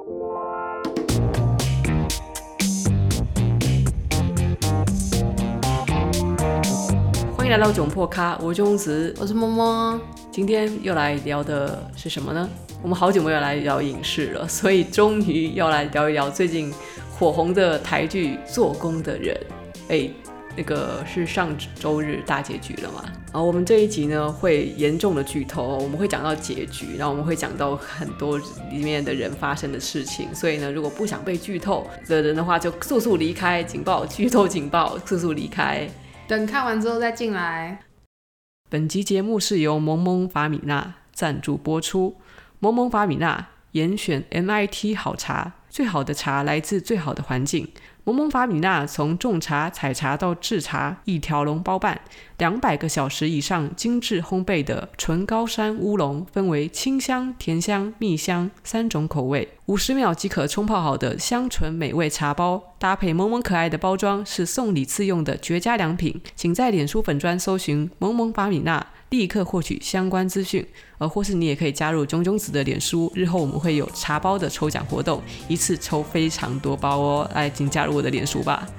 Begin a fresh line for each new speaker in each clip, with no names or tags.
欢迎来到囧破咖，我是钟子，
我是摸摸。
今天又来聊的是什么呢？我们好久没有来聊影视了，所以终于要来聊一聊最近火红的台剧《做工的人》。那个是上周日大结局了嘛？然后我们这一集呢会严重的剧透，我们会讲到结局，然后我们会讲到很多里面的人发生的事情，所以呢，如果不想被剧透的人的话，就速速离开，警报，剧透警报，速速离开，
等看完之后再进来。
本集节目是由萌萌法米娜赞助播出。萌萌法米娜严选 MIT 好茶，最好的茶来自最好的环境。萌萌法米娜从种茶、采茶到制茶一条龙包办，200个小时以上精致烘焙的纯高山乌龙，分为清香、甜香、蜜香3种口味，50秒即可冲泡好的香醇美味茶包，搭配萌萌可爱的包装，是送礼自用的绝佳良品。请在脸书粉专搜寻萌萌法米娜，立刻获取相关资讯，或是你也可以加入炯炯子的脸书，日后我们会有茶包的抽奖活动，一次抽非常多包哦，来，请加入我的脸书吧。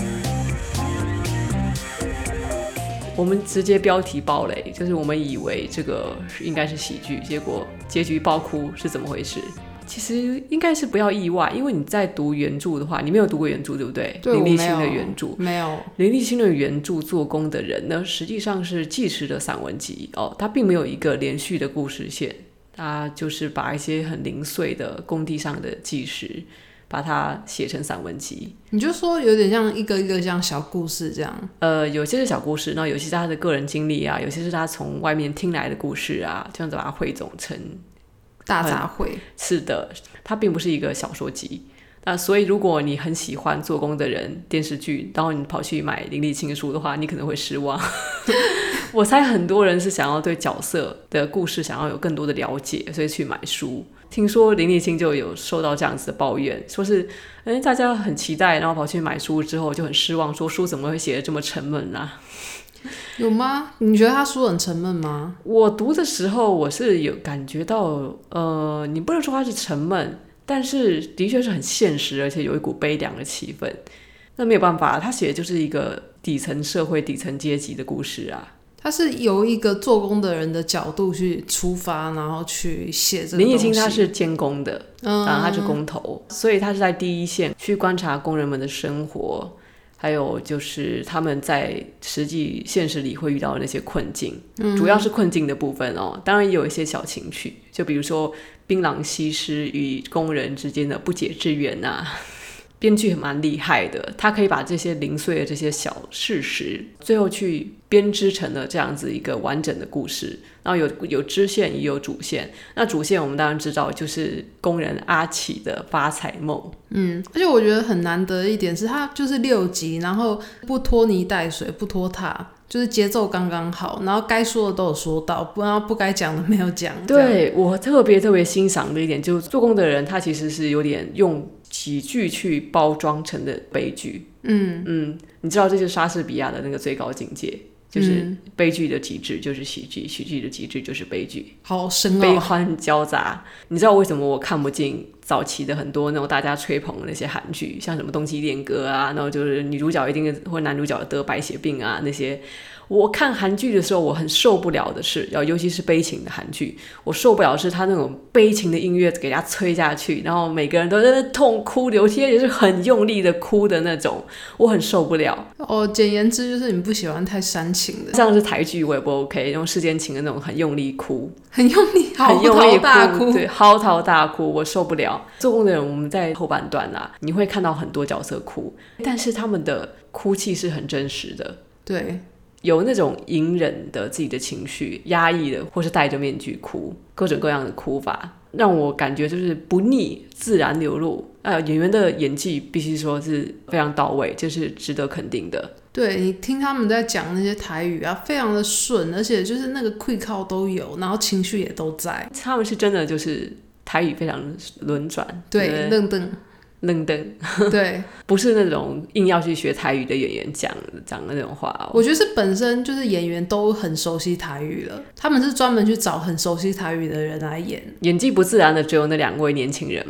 我们直接标题爆雷，就是我们以为这个应该是喜剧，结果结局爆哭，是怎么回事？其实应该是不要意外，因为你在读原著的话，你没有读过原著对不对？
对，
林立青的原著
没有。
林立青的原著《做工的人》呢，实际上是纪实的散文集哦，它并没有一个连续的故事线，它就是把一些很零碎的工地上的纪实，把它写成散文集。
你就说有点像一个一个像小故事这样。
有些是小故事，然后有些是他的个人经历啊，有些是他从外面听来的故事啊，这样子把它汇总成
大杂烩。是
的，它并不是一个小说集。那所以如果你很喜欢做工的人电视剧，然后你跑去买林立青的书的话，你可能会失望。我猜很多人是想要对角色的故事想要有更多的了解，所以去买书。听说林立青就有受到这样子的抱怨，说是大家很期待，然后跑去买书之后就很失望，说书怎么会写得这么沉闷啊？
有吗？你觉得他书很沉闷吗？
我读的时候我是有感觉到你不能说它是沉闷，但是的确是很现实，而且有一股悲凉的气氛。那没有办法，他写的就是一个底层社会底层阶级的故事啊。他
是由一个做工的人的角度去出发，然后去写这个东西。
林立青他是监工的，然后他是工头，所以他是在第一线去观察工人们的生活，还有就是他们在实际现实里会遇到的那些困境，主要是困境的部分哦。当然也有一些小情趣，就比如说槟榔西施与工人之间的不解之缘啊。编剧蛮厉害的，他可以把这些零碎的这些小事实，最后去编织成了这样子一个完整的故事。然后有支线也有主线，那主线我们当然知道就是工人阿启的发财梦。
而且我觉得很难得一点是他就是6集，然后不拖泥带水不拖沓，就是节奏刚刚好，然后该说的都有说到，然后不该讲的没有讲。
对，我特别欣赏的一点就是做工的人他其实是有点用喜剧去包装成的悲剧。你知道这就是莎士比亚的那个最高境界，就是悲剧的极致就是喜剧，喜剧的极致就是悲剧。
好深奥，
悲欢交杂。你知道为什么我看不进早期的很多那种大家吹捧的那些韩剧，像什么冬季恋歌啊，然后就是女主角一定或男主角得白血病啊那些。我看韩剧的时候我很受不了的是，尤其是悲情的韩剧，我受不了的是他那种悲情的音乐给他吹下去，然后每个人都在那痛哭流涕，也是很用力的哭的那种，我很受不了。
简言之就是你不喜欢太煽情的，
像是台剧我也不 OK， 那种世间情的那种很用力哭，
很用力大哭，
对，嚎啕大哭，我受不了。做工的人我们在后半段啊，你会看到很多角色哭，但是他们的哭泣是很真实的。
对，
有那种隐忍的自己的情绪，压抑的，或是戴着面具哭，各种各样的哭法，让我感觉就是不腻，自然流露。演员的演技必须说是非常到位，这是值得肯定的。
对，你听他们在讲那些台语啊，非常的顺，而且就是那个气口都有，然后情绪也都在。
他们是真的就是台语非常轮转，
对，愣瞪。
愣登，
对，
不是那种硬要去学台语的演员讲的那种话哦。
我觉得是本身就是演员都很熟悉台语了，他们是专门去找很熟悉台语的人来演。
演技不自然的只有那2位年轻人吧。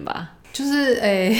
就是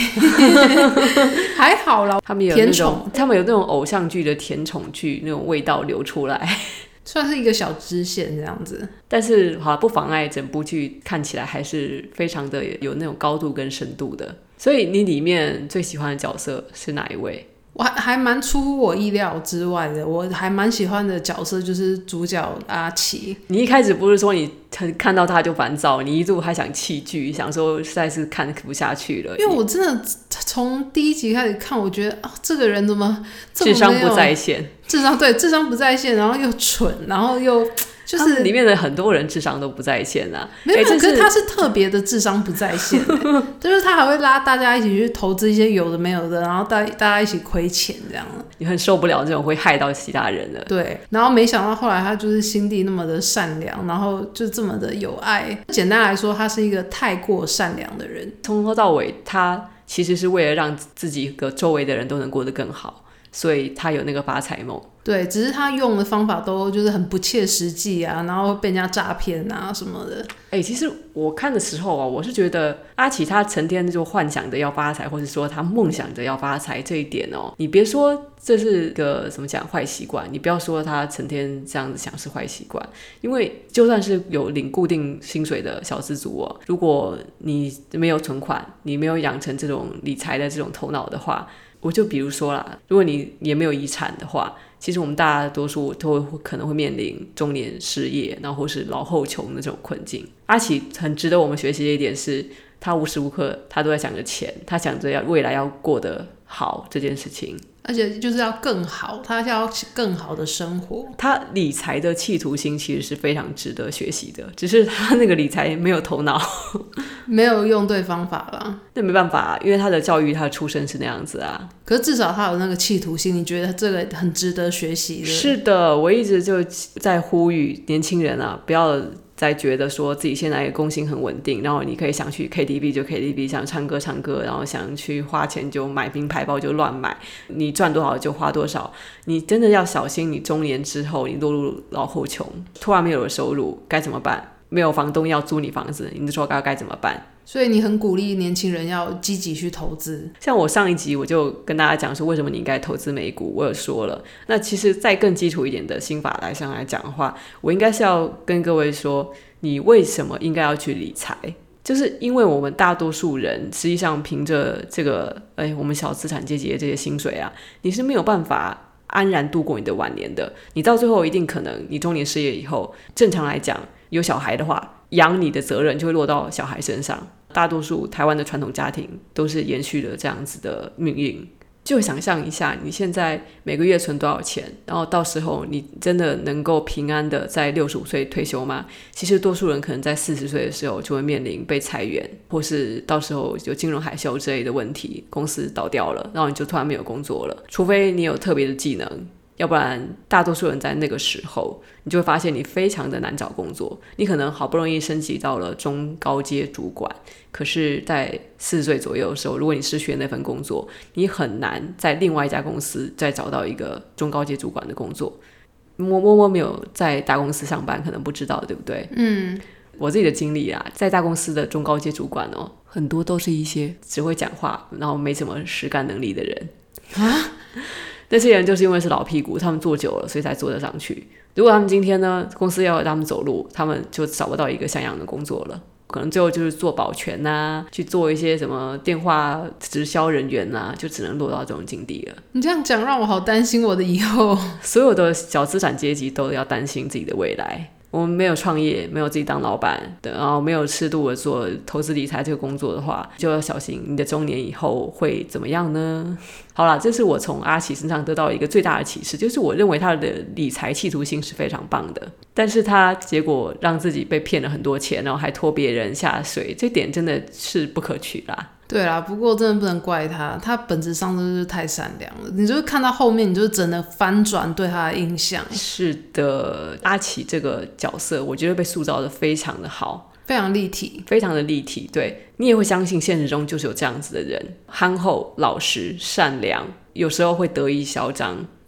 还好啦，
他们有那种偶像剧的甜宠剧那种味道流出来，
算是一个小支线这样子。
但是好不妨碍整部剧看起来还是非常的有那种高度跟深度的。所以你里面最喜欢的角色是哪一位？
我还蛮出乎我意料之外的，我还蛮喜欢的角色就是主角阿奇。
你一开始不是说你看到他就烦躁，你一度还想弃剧，想说实在是看不下去了。
因为我真的从第一集开始看，我觉得这个人怎么
智商不在线？智商
不在线，然后又蠢，然后又就是
里面的很多人智商都不在线啊。
没有，可是他是特别的智商不在线就是他还会拉大家一起去投资一些有的没有的，然后大家一起亏钱这样。
你很受不了这种会害到其他人的。
对，然后没想到后来他就是心地那么的善良，然后就这么的有爱。简单来说，他是一个太过善良的人。
从头到尾，他其实是为了让自己和周围的人都能过得更好，所以他有那个发财梦。
对，只是他用的方法都就是很不切实际啊，然后被人家诈骗啊什么的。
其实我看的时候啊，我是觉得阿奇他成天就幻想着要发财，或者说他梦想着要发财这一点哦，你别说这是个怎么讲坏习惯，你不要说他成天这样子想是坏习惯，因为就算是有领固定薪水的小资族哦，如果你没有存款，你没有养成这种理财的这种头脑的话，我就比如说啦，如果你也没有遗产的话，其实我们大多数都可能会面临中年失业，然后或是老后穷的这种困境。阿奇很值得我们学习的一点是，他无时无刻他都在想着钱，他想着未来要过得好这件事情，
而且就是要更好，他要更好的生活。
他理财的企图心其实是非常值得学习的，只是他那个理财没有头脑
没有用对方法啦。
那没办法，因为他的教育他的出身是那样子啊。
可是至少他有那个企图心，你觉得这个很值得学习的。
是的，我一直就在呼吁年轻人啊，不要再觉得说自己现在工薪很稳定，然后你可以想去 KTV 就 KTV， 想唱歌唱歌，然后想去花钱就买名牌包就乱买，你赚多少就花多少。你真的要小心，你中年之后你落入老后穷，突然没有了收入该怎么办？没有房东要租你房子，你说该怎么办？
所以你很鼓励年轻人要积极去投资。
像我上一集我就跟大家讲说为什么你应该投资美股，我有说了。那其实再更基础一点的心法来上来讲的话，我应该是要跟各位说，你为什么应该要去理财，就是因为我们大多数人实际上凭着这个我们小资产阶级的这些薪水啊，你是没有办法安然度过你的晚年的。你到最后一定可能你中年失业以后，正常来讲有小孩的话，养你的责任就会落到小孩身上。大多数台湾的传统家庭都是延续了这样子的命运。就想象一下，你现在每个月存多少钱，然后到时候你真的能够平安的在65岁退休吗？其实多数人可能在40岁的时候就会面临被裁员，或是到时候有金融海啸之类的问题，公司倒掉了，然后你就突然没有工作了。除非你有特别的技能，要不然大多数人在那个时候你就会发现你非常的难找工作。你可能好不容易升级到了中高阶主管，可是在40岁左右的时候，如果你失去了那份工作，你很难在另外一家公司再找到一个中高阶主管的工作。摸没有在大公司上班可能不知道，对不对？我自己的经历啊，在大公司的中高阶主管哦，很多都是一些只会讲话然后没什么实干能力的人啊。那些人就是因为是老屁股，他们做久了所以才做得上去。如果他们今天呢，公司要让他们走路，他们就找不到一个像样的工作了，可能最后就是做保全啊，去做一些什么电话直销人员啊，就只能落到这种境地了。
你这样讲让我好担心我的以后。
所有的小资产阶级都要担心自己的未来。我们没有创业，没有自己当老板，然后没有适度的做投资理财这个工作的话，就要小心你的中年以后会怎么样呢？好啦，这是我从阿奇身上得到一个最大的启示，就是我认为他的理财企图心是非常棒的，但是他结果让自己被骗了很多钱，然后还拖别人下水，这点真的是不可取啦。
对啦，不过真的不能怪他，他本质上就是太善良了。你就是看到后面，你就真的翻转对他的印象。
是的，阿奇这个角色，我觉得被塑造的非常的好，
非常立体，
非常的立体。对，你也会相信现实中就是有这样子的人，憨厚、老实、善良，有时候会得意嚣张，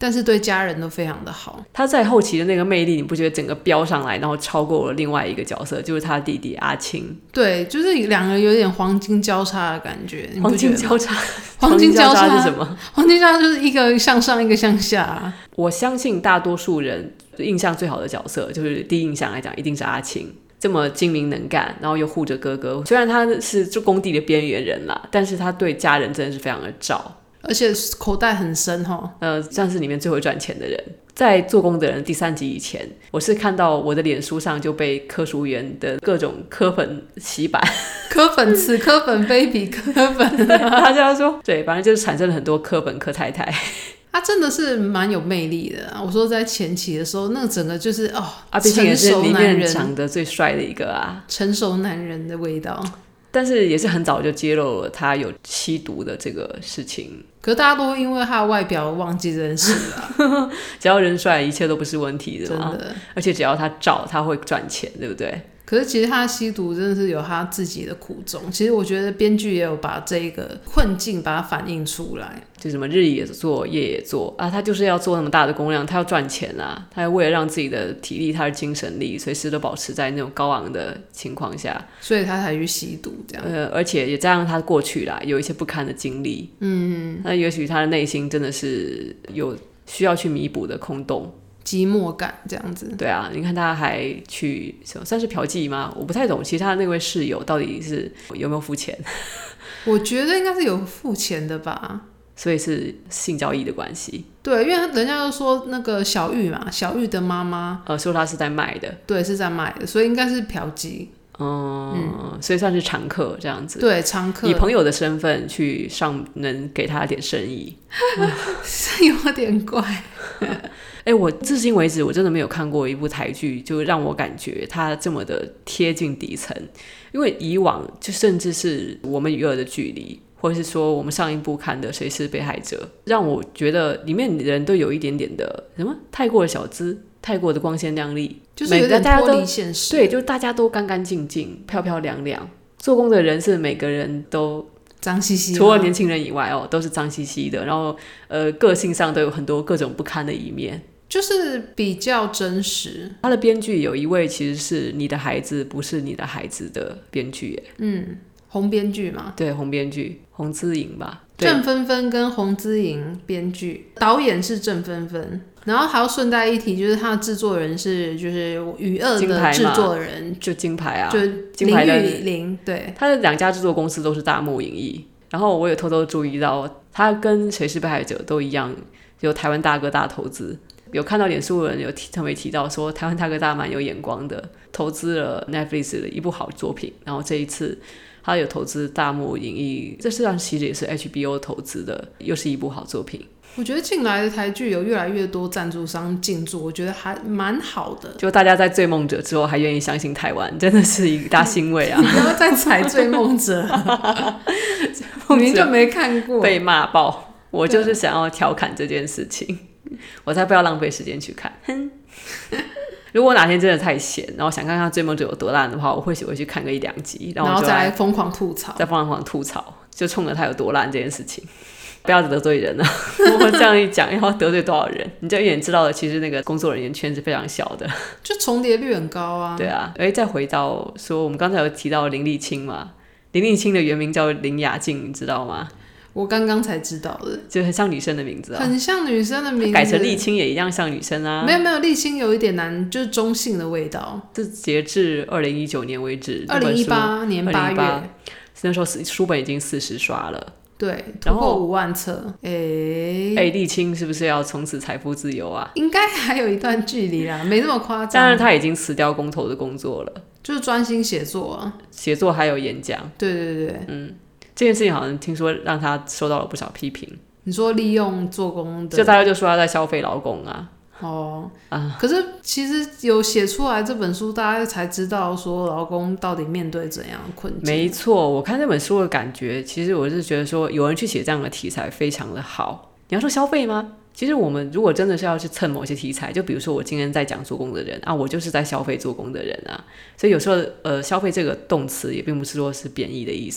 但是对家人都非常的好。
他在后期的那个魅力，你不觉得整个飙上来，然后超过了另外一个角色，就是他弟弟阿青。
对，就是两个有点黄金交叉的感觉。
黄金交叉，
黄金交叉
是什么？
黄金交叉就是一个向上，一个向下。
我相信大多数人印象最好的角色，就是第一印象来讲，一定是阿青。这么精明能干，然后又护着哥哥，虽然他是就工地的边缘人啦，但是他对家人真的是非常的照，
而且口袋很深
算是里面最会赚钱的人。在做工的人第3集以前，我是看到我的脸书上就被科属员的各种科粉洗版，
科粉此科粉非彼科粉
他这样说，对，反正就是产生了很多科粉科太太。
他真的是蛮有魅力的我说在前期的时候，那个整个就是
毕竟也是里面长得最帅的一个啊，
成熟男人的味道。
但是也是很早就揭露了他有吸毒的这个事情。
可是大家都因为他的外表忘记这件事了
只要人帅，一切都不是问题的嘛。
真的，
而且只要他照，他会赚钱，对不对？
可是其实他吸毒真的是有他自己的苦衷。其实我觉得编剧也有把这个困境把它反映出来，
就什么日也做夜也做啊，他就是要做那么大的工量，他要赚钱啊，他要为了让自己的体力、他的精神力随时都保持在那种高昂的情况下，
所以他才去吸毒这样。
而且也加上他过去啦有一些不堪的经历，那也许他的内心真的是有需要去弥补的空洞。
寂寞感这样子。
对啊，你看他还去算是嫖妓吗？我不太懂，其他的那位室友到底是有没有付钱？
我觉得应该是有付钱的吧，
所以是性交易的关系。
对，因为人家都说那个小玉嘛，小玉的妈妈
说他是在卖的，
对，是在卖的，所以应该是嫖妓。
所以算是常客这样子。
对，常客
以朋友的身份去上门给他点生意
是有点怪
我至今为止我真的没有看过一部台剧就让我感觉它这么的贴近底层。因为以往就甚至是我们与恶的距离，或者是说我们上一部看的谁是被害者，让我觉得里面的人都有一点点的什么太过的小资，太过的光鲜亮丽，
就是有点脱离现实。
对，就是大家都干干净净漂漂亮亮，做工的人是每个人都
脏兮兮，
除了年轻人以外都是脏兮兮的，然后个性上都有很多各种不堪的一面，
就是比较真实。
他的编剧有一位其实是你的孩子不是你的孩子的编剧
洪编剧嘛，
对，洪编剧洪姿莹吧，
郑芬芬跟洪姿莹编剧，导演是郑芬芬。然后还要顺带一提，就是他的制作人是就是与恶的制作人，
就金牌啊，
就
金牌的
林玉玲，对，
他的2家制作公司都是大幕影艺。然后我有偷偷注意到，他跟谁是被害者都一样，有台湾大哥大投资。有看到脸书的人有特别提到说，台湾大哥大蛮有眼光的，投资了 Netflix 的一部好作品。然后这一次他有投资大幕影艺，这实际上其实也是 HBO 投资的，又是一部好作品。
我觉得近来的台剧有越来越多赞助商进驻，我觉得还蛮好的。
就大家在《追梦者》之后还愿意相信台湾，真的是一大欣慰啊！
你不要再踩《追梦者》明明就没看过，
被骂爆。我就是想要调侃这件事情，我才不要浪费时间去看。如果哪天真的太闲，然后想看看《追梦者》有多烂的话，我会回去看个1-2集，
然后再来疯狂吐槽，
再疯狂吐槽，就冲着它有多烂这件事情。不要得罪人啊！我这样一讲，要得罪多少人？你就一眼知道了，其实那个工作人员圈是非常小的，
就重叠率很高啊。
对啊，再回到说，我们刚才有提到林立青嘛，林立青的原名叫林雅静，你知道吗？
我刚刚才知道的，
就很像女生的名字
很像女生的名字，
改成立青也一样像女生啊。
没有，立青有一点难，就是中性的味道。
是截至2019年为止
，2018年8月，
那时候书本已经40刷了。
对，突破5万册。
立青是不是要从此财富自由啊？
应该还有一段距离啦，没那么夸张。
当然，他已经辞掉公投的工作了，
就是专心写作啊，
写作还有演讲。
对，
这件事情好像听说让他受到了不少批评。
你说利用做工的，
就大家就说他在消费劳工啊。
可是其实有写出来这本书，大家才知道说劳工到底面对怎样的困境。
没错，我看这本书的感觉，其实我是觉得说有人去写这样的题材非常的好。你要说消费吗？其实我们如果真的是要去蹭某些题材，就比如说我今天在讲做工的人啊，我就是在消费做工的人啊，所以有时候消费这个动词也并不是说是贬义的意思。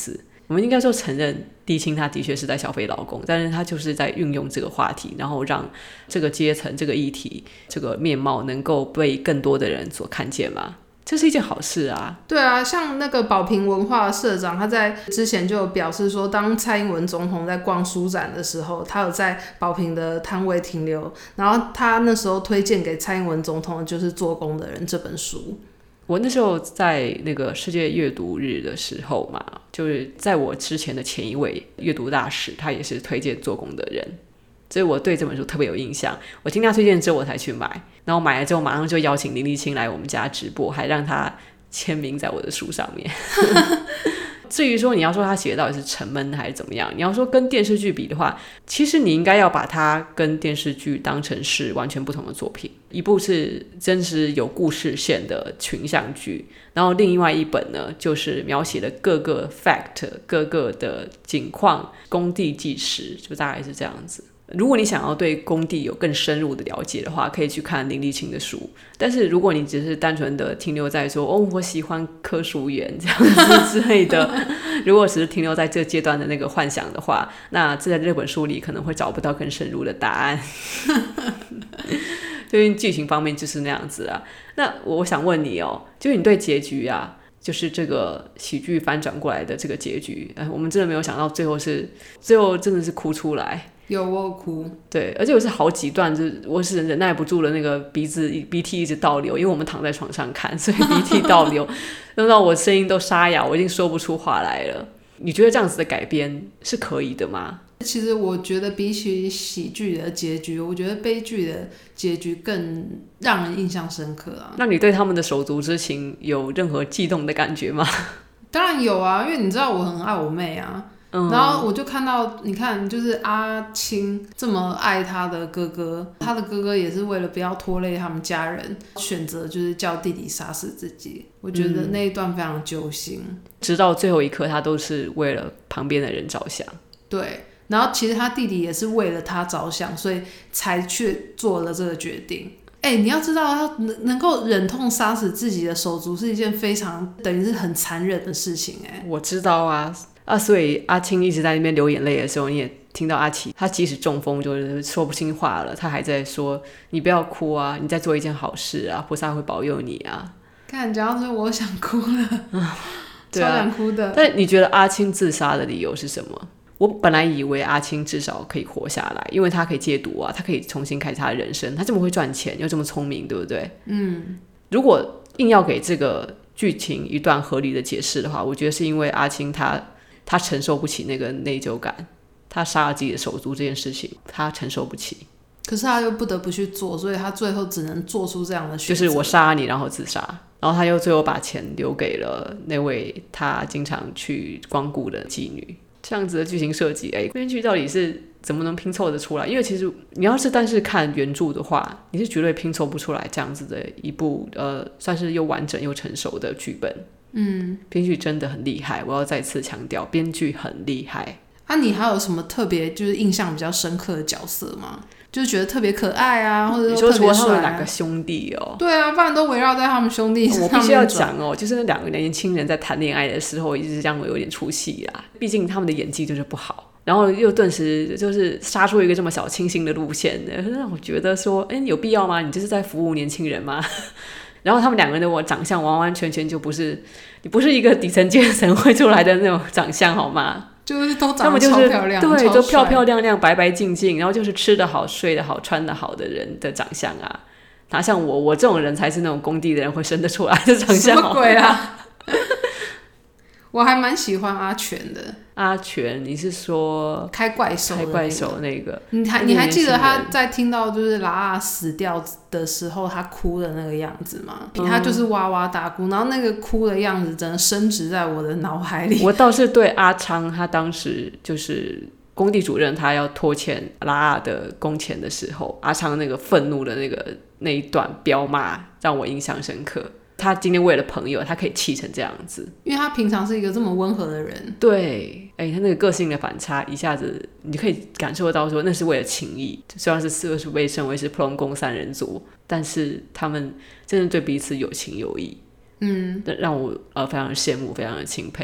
我们应该说承认地青他的确是在消费劳工，但是他就是在运用这个话题，然后让这个阶层、这个议题、这个面貌能够被更多的人所看见嘛。这是一件好事啊。
对啊，像那个宝瓶文化社长，他在之前就有表示说，当蔡英文总统在逛书展的时候，他有在宝瓶的摊位停留，然后他那时候推荐给蔡英文总统的就是《做工的人》这本书。
我那时候在那个世界阅读日的时候嘛，就是在我之前的前一位阅读大使，他也是推荐做工的人，所以我对这本书特别有印象。我听他推荐之后我才去买，然后买了之后马上就邀请林立青来我们家直播，还让他签名在我的书上面。至于说你要说他写的到底是沉闷还是怎么样，你要说跟电视剧比的话，其实你应该要把它跟电视剧当成是完全不同的作品。一部是真实有故事线的群像剧，然后另外一本呢就是描写了各个 fact 各个的景况，工地纪实，就大概是这样子。如果你想要对工地有更深入的了解的话，可以去看林立青的书。但是如果你只是单纯的停留在说我喜欢科属员这样子之类的，如果只是停留在这阶段的那个幻想的话，那在这本书里可能会找不到更深入的答案。对于剧情方面就是那样子啊。那我想问你就是你对结局啊，就是这个喜剧翻转过来的这个结局，我们真的没有想到最后真的是哭出来。
有，我有哭。
对，而且我是好几段，就是我是忍耐不住了，那个鼻涕一直倒流，因为我们躺在床上看，所以鼻涕倒流，弄到我声音都沙哑，我已经说不出话来了。你觉得这样子的改编是可以的吗？
其实我觉得比起喜剧的结局，我觉得悲剧的结局更让人印象深刻啊。
那你对他们的手足之情有任何悸动的感觉吗？
当然有啊，因为你知道我很爱我妹啊。然后我就看到，你看，就是阿青这么爱他的哥哥，他的哥哥也是为了不要拖累他们家人，选择就是叫弟弟杀死自己。我觉得那一段非常揪心。
直到最后一刻，他都是为了旁边的人着想。
对，然后其实他弟弟也是为了他着想，所以才去做了这个决定。你要知道，他能够忍痛杀死自己的手足是一件非常等于是很残忍的事情。
我知道啊。所以阿青一直在那边流眼泪的时候，你也听到阿奇，他即使中风就是说不清话了，他还在说你不要哭啊，你在做一件好事啊，菩萨会保佑你啊。
看讲到这我想哭了。
对啊，
超想哭的。
但你觉得阿青自杀的理由是什么？我本来以为阿青至少可以活下来，因为他可以戒毒啊，他可以重新开始他的人生，他这么会赚钱又这么聪明，对不对？如果硬要给这个剧情一段合理的解释的话，我觉得是因为阿青他承受不起那个内疚感，他杀了自己的手足这件事情他承受不起，
可是他又不得不去做，所以他最后只能做出这样的选择，
就是我杀你然后自杀，然后他又最后把钱留给了那位他经常去光顾的妓女。这样子的剧情设计，编剧到底是怎么能拼凑得出来？因为其实你要是单是看原著的话，你是绝对拼凑不出来这样子的一部算是又完整又成熟的剧本。编剧真的很厉害，我要再次强调，编剧很厉害。
你还有什么特别就是印象比较深刻的角色吗？就是觉得特别可爱啊，或者说特别帅啊？你说除了
他们两个兄弟
对啊，不然都围绕在他们兄弟上面。
我必须要讲就是那两个年轻人在谈恋爱的时候，一直让我有点出戏啊。毕竟他们的演技就是不好，然后又顿时就是杀出一个这么小清新的路线，让我觉得说，有必要吗？你就是在服务年轻人吗？然后他们两个人的长相完完全全就不是，你不是一个底层阶层会出来的那种长相好吗？
就是都长得超漂亮，
对，都漂漂亮亮、白白净净，然后就是吃得好、睡得好、穿得好的人的长相啊。哪像我这种人才是那种工地的人会生得出来的长相。
什么鬼啊？我还蛮喜欢阿全的。
阿全，你是说
开怪手
那个？
你还记得他在听到就是拉阿死掉的时候，他哭的那个样子吗？他就是哇哇大哭，然后那个哭的样子真的深植在我的脑海里。
我倒是对阿昌，他当时就是工地主任，他要拖欠拉阿的工钱的时候，阿昌那个愤怒的那一段飙骂，让我印象深刻。他今天为了朋友，他可以气成这样子，
因为他平常是一个这么温和的人。
对，他那个个性的反差，一下子你就可以感受到说，那是为了情谊。虽然是被称为是普龙宫三人组，但是他们真的对彼此有情有义。让我非常的羡慕，非常的钦佩。
然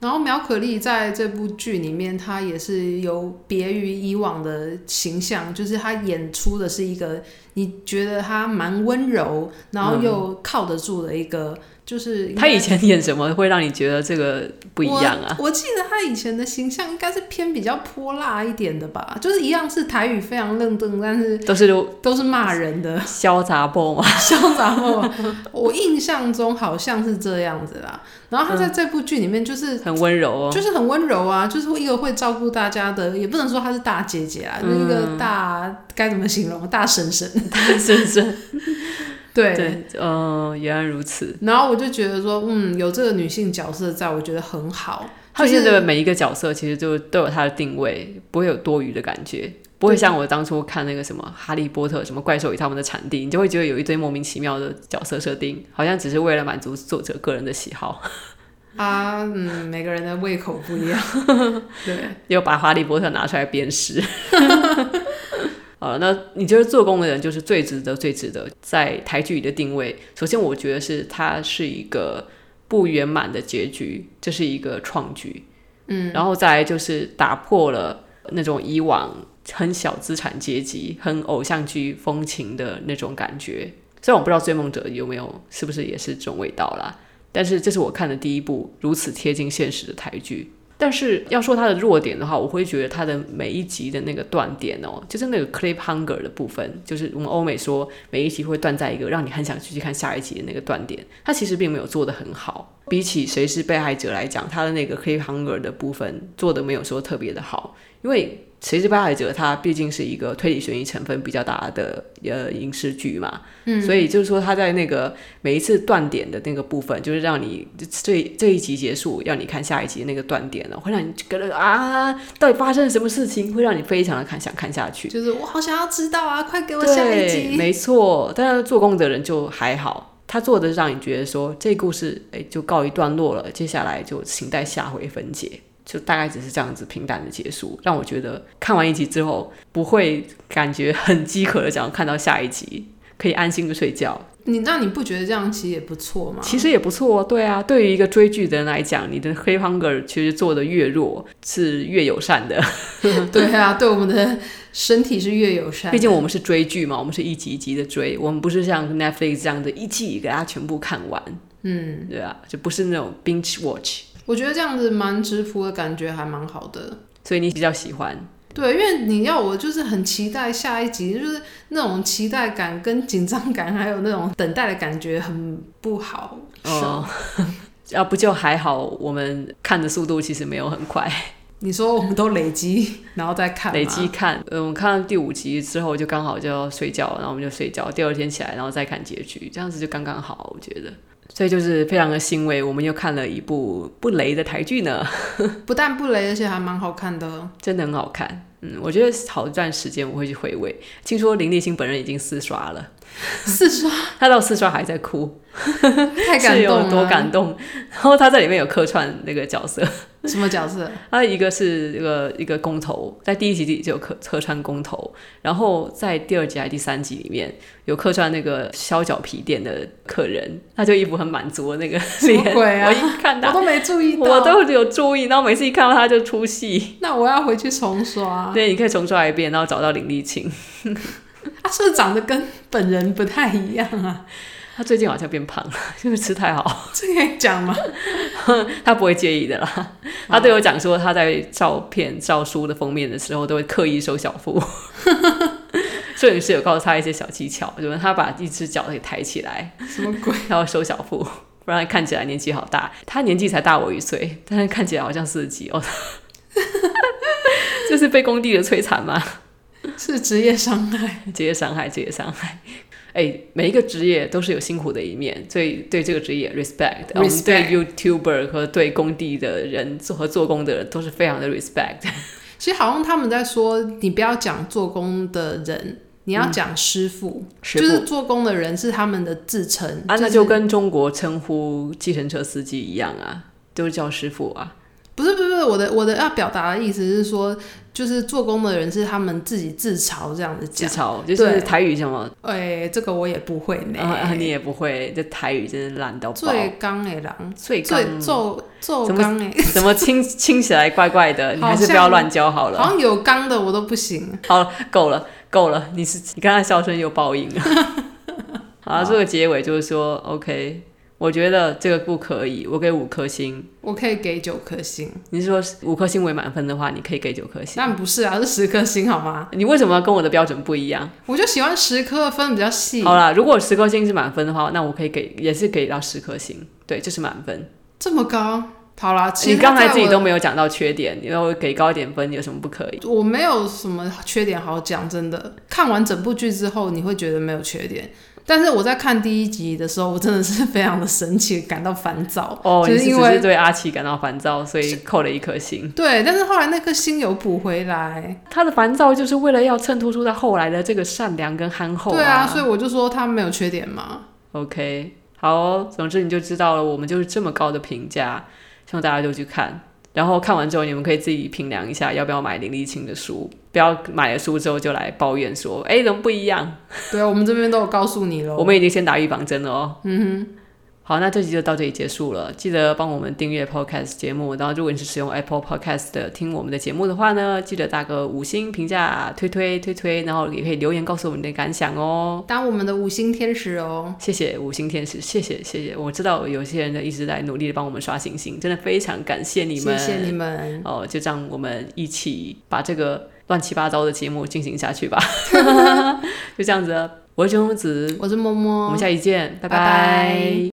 然后苗可丽在这部剧里面，她也是有别于以往的形象，就是她演出的是一个你觉得她蛮温柔，然后又靠得住的一个。就是
他以前演什么会让你觉得这个不一样啊？
我记得他以前的形象应该是偏比较泼辣一点的吧，就是一样是台语非常愣登，但是都是骂人的
潇洒蹦嘛，
潇洒蹦。我印象中好像是这样子啦。然后他在这部剧里面就是
很温柔
就是很温柔啊，就是一个会照顾大家的，也不能说她是大姐姐啦，就是一个大该怎么形容？大婶婶，
大婶婶。
对，
原来如此。
然后我就觉得说，有这个女性角色在，我觉得很好。
他现在的每一个角色其实都有他的定位，不会有多余的感觉，不会像我当初看那个什么《哈利波特》什么怪兽与他们的产地，你就会觉得有一堆莫名其妙的角色设定，好像只是为了满足作者个人的喜好。
每个人的胃口不一样。对，
又把《哈利波特》拿出来鞭尸。那你觉得做工的人就是最值得在台剧里的定位？首先我觉得是它是一个不圆满的结局，这是一个创举。然后再来就是打破了那种以往很小资产阶级很偶像剧风情的那种感觉。虽然我不知道追梦者有没有是不是也是这种味道啦，但是这是我看的第一部如此贴近现实的台剧。但是要说它的弱点的话，我会觉得它的每一集的那个断点就是那个 cliffhanger 的部分，就是我们欧美说每一集会断在一个让你很想去看下一集的那个断点，它其实并没有做得很好。比起谁是被害者来讲，它的那个 cliffhanger 的部分做得没有说特别的好，因为谁是被害者它毕竟是一个推理悬疑成分比较大的影视剧嘛，所以就是说它在那个每一次断点的那个部分，就是让你这一集结束要你看下一集的那个断点会让你觉得到底发生了什么事情，会让你非常的想看下去，
就是我好想要知道啊，快给我下一集。
对，没错。但是做工的人就还好，他做的是让你觉得说这故事就告一段落了，接下来就请待下回分解，就大概只是这样子平淡的结束，让我觉得看完一集之后不会感觉很饥渴的想要看到下一集，可以安心的睡觉。
那你不觉得这样其实也不错吗？
其实也不错，对啊，对于一个追剧的人来讲，你的黑 hunger 其实做的越弱是越友善的。
对啊，对我们的身体是越友善的。
毕竟我们是追剧嘛，我们是一集一集的追，我们不是像 Netflix 这样的一季给它全部看完。对啊，就不是那种 binge watch。
我觉得这样子蛮直朴的感觉，还蛮好的。
所以你比较喜欢？
对，因为你要我就是很期待下一集，就是那种期待感跟紧张感还有那种等待的感觉很不好受。
要不就还好，我们看的速度其实没有很快。
你说我们都累积然后再看吗？
累积看，我们看到第5集之后就刚好就要睡觉，然后我们就睡觉，第二天起来然后再看结局，这样子就刚刚好，我觉得。所以就是非常的欣慰，我们又看了一部不雷的台剧呢。
不但不雷，而且还蛮好看的，
真的很好看。我觉得好一段时间我会去回味。听说林立青本人已经4刷了
，4刷，
他到4刷还在哭，
太感动了，
是有多感动。然后他在里面有客串那个角色，
什么角色？
他一个是一个工头，在第1集就有客串工头，然后在第2集还是第3集里面有客串那个削脚皮店的客人，他就一副很满足的那个脸。
什么鬼啊？
我一看到
我都没注意到，
我都有注意，然后每次一看到他就出戏。
那我要回去重刷。
对，你可以重刷一遍，然后找到林立青。
他是不是长得跟本人不太一样啊？
他最近好像变胖了，因为吃太好。
这可以讲吗？
他不会介意的啦。他对我讲说，他在照片、照书的封面的时候都会刻意收小腹。摄影师有告诉他一些小技巧，就是他把一只脚给抬起来，
什么鬼？
然后收小腹，不然看起来年纪好大。他年纪才大我1岁，但是看起来好像40几哦。这是被工地的摧残吗？
是职业伤害，
职业伤害。每一个职业都是有辛苦的一面，所以对这个职业 respect。我们对 YouTuber 和对工地的人和做工的人都是非常的 respect。
其实好像他们在说，你不要讲做工的人，你要讲师傅，就是做工的人是他们的自称
啊，那就跟中国称呼计程车司机一样啊，都是叫师傅啊。
不是，我的要表达的意思是说，就是做工的人是他们自己自嘲这样子讲。
自嘲就是台语什么？
这个我也不会呢。
你也不会，这台语真的烂到爆。
最刚的人，
最
做刚的，
怎么听起来怪怪的？你还是不要乱教好了。
好像有刚的我都不行。
好，够了，你刚才笑声又报应了。好，这个结尾就是说 ，OK。我觉得这个不可以，我给5颗星。
我可以给9颗星。
你是说5颗星为满分的话，你可以给9颗星？
那不是啊，是10颗星好吗？
你为什么跟我的标准不一样？
我就喜欢10颗分比较细。
好啦，如果10颗星是满分的话，那我可以也是给到10颗星。对，这是满分。
这么高？好啦，其实
你刚才自己都没有讲到缺点，你要给高一点分，有什么不可以？
我没有什么缺点好讲，真的。看完整部剧之后，你会觉得没有缺点。但是我在看第1集的时候，我真的是非常的生气，感到烦躁。
就是因为只是对阿奇感到烦躁，所以扣了1颗星。
对，但是后来那颗星有补回来。
他的烦躁就是为了要衬托出他后来的这个善良跟憨厚。
对啊，所以我就说他没有缺点嘛。
OK， 好哦，总之你就知道了，我们就是这么高的评价，希望大家就去看。然后看完之后，你们可以自己评量一下要不要买林立青的书，不要买了书之后就来抱怨说，怎么不一样？
对啊，我们这边都有告诉你了，
我们已经先打预防针了哦。好，那这集就到这里结束了。记得帮我们订阅 Podcast 节目，然后如果你是使用 Apple Podcast 的听我们的节目的话呢，记得打个5星评价，推，然后也可以留言告诉我们的感想哦。
当我们的5星天使哦。
谢谢5星天使，谢谢。我知道有些人一直在努力的帮我们刷星星，真的非常感谢你们，
谢谢你们。
就这样，我们一起把这个乱七八糟的节目进行下去吧。就这样子，我是熊子，
我是摸摸，
我们下期见，拜拜。